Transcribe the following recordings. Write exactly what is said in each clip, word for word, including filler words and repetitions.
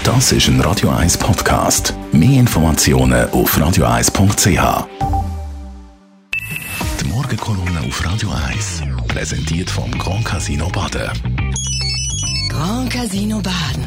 Das ist ein Radio eins Podcast. Mehr Informationen auf radio eins punkt c h. Die Morgenkolumne auf Radio eins. Präsentiert vom Grand Casino Baden. Grand Casino Baden.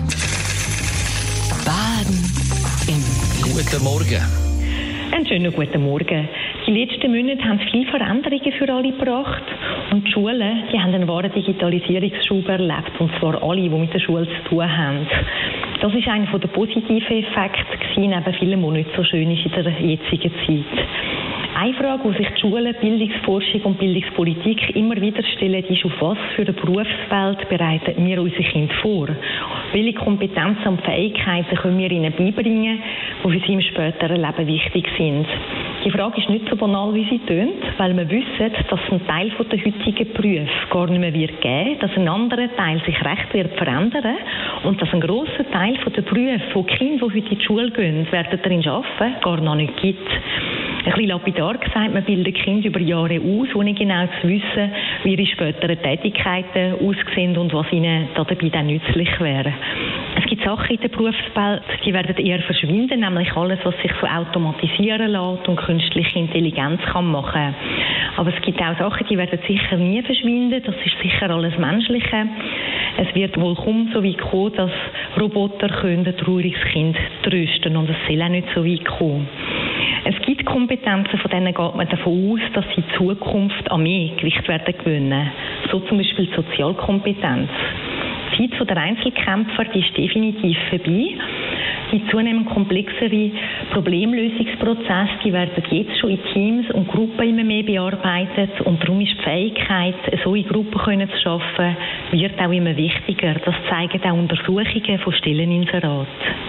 Baden im Glück. Guten Morgen. Einen schönen guten Morgen. Die letzten Monate haben viele Veränderungen für alle gebracht. Und die Schulen die haben einen wahren Digitalisierungsschub erlebt. Und zwar alle, die mit der Schule zu tun haben. Das war einer der positiven Effekte, neben vielem, was nicht so schön ist in der jetzigen Zeit. Eine Frage, die sich die Schulen, Bildungsforschung und Bildungspolitik immer wieder stellen, ist, auf was für eine Berufswelt bereiten wir unsere Kinder vor? Welche Kompetenzen und Fähigkeiten können wir ihnen beibringen, die für sie im späteren Leben wichtig sind? Die Frage ist nicht so banal, wie sie tönt, weil wir wissen, dass ein Teil der heutigen Berufe gar nicht mehr wird geben, dass ein anderer Teil sich recht wird verändern und dass ein grosser Teil der Berufe, die Kinder, die heute in die Schule gehen, werden darin arbeiten, gar noch nicht gibt. Ein bisschen lapidar gesagt, man bildet Kinder über Jahre aus, ohne genau zu wissen, wie ihre späteren Tätigkeiten aussehen und was ihnen dabei dann nützlich wäre. Es gibt Sachen in der Berufswelt, die werden eher verschwinden, nämlich alles, was sich so automatisieren lässt und künstliche Intelligenz kann machen. Aber es gibt auch Sachen, die werden sicher nie verschwinden, das ist sicher alles Menschliche. Es wird wohl kaum so weit kommen, dass Roboter können ein trauriges Kind trösten und es soll auch nicht so weit kommen. Es gibt Kompetenzen, von denen geht man davon aus, dass sie in Zukunft an mehr Gewicht werden gewinnen. So zum Beispiel die Sozialkompetenz. Die Zeit der Einzelkämpfer die ist definitiv vorbei. Die zunehmend komplexere Problemlösungsprozesse die werden jetzt schon in Teams und Gruppen immer mehr bearbeitet. Und darum ist die Fähigkeit, so in Gruppen können zu arbeiten, wird auch immer wichtiger. Das zeigen auch Untersuchungen von Stelleninseraten.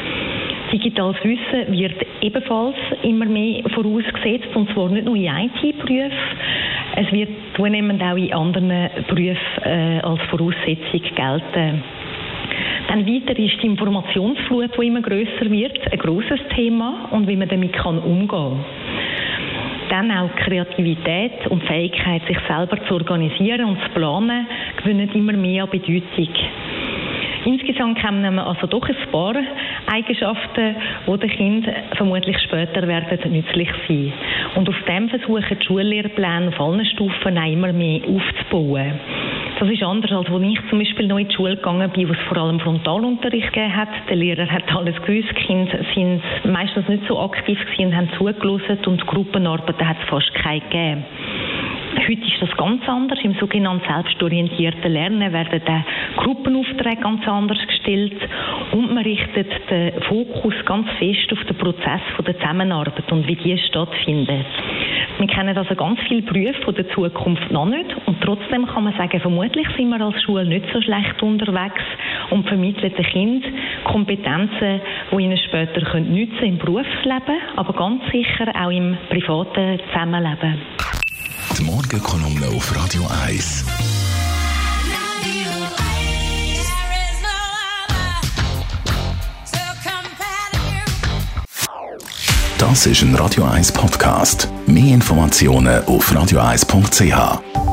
Digitales Wissen wird ebenfalls immer mehr vorausgesetzt, und zwar nicht nur in I T-Berufen. Es wird zunehmend auch in anderen Berufen äh, als Voraussetzung gelten. Dann weiter ist die Informationsflut, die immer grösser wird, ein grosses Thema und wie man damit kann umgehen kann. Dann auch die Kreativität und die Fähigkeit, sich selber zu organisieren und zu planen, gewinnen immer mehr an Bedeutung. Insgesamt haben wir also doch ein paar Eigenschaften, die den Kindern vermutlich später werden nützlich sein. Und auf dem versuchen die Schullehrpläne auf allen Stufen auch immer mehr aufzubauen. Das ist anders, als als ich zum Beispiel noch in die Schule gegangen bin, wo es vor allem Frontalunterricht gegeben hat. Der Lehrer hat alles gewusst, die Kinder sind meistens nicht so aktiv gewesen und haben zugelassen und Gruppenarbeiten hat es fast keine gegeben. Heute ist das ganz anders. Im sogenannten selbstorientierten Lernen werden die Gruppenaufträge ganz anders gestellt und man richtet den Fokus ganz fest auf den Prozess der Zusammenarbeit und wie die stattfindet. Wir kennen also ganz viele Berufe der Zukunft noch nicht und trotzdem kann man sagen, vermutlich sind wir als Schule nicht so schlecht unterwegs und vermitteln den Kindern Kompetenzen, die ihnen später nützen können im Berufsleben, aber ganz sicher auch im privaten Zusammenleben. Die Morgenkolumne auf Radio eins. Das ist ein Radio eins Podcast. Mehr Informationen auf radio eins punkt c h.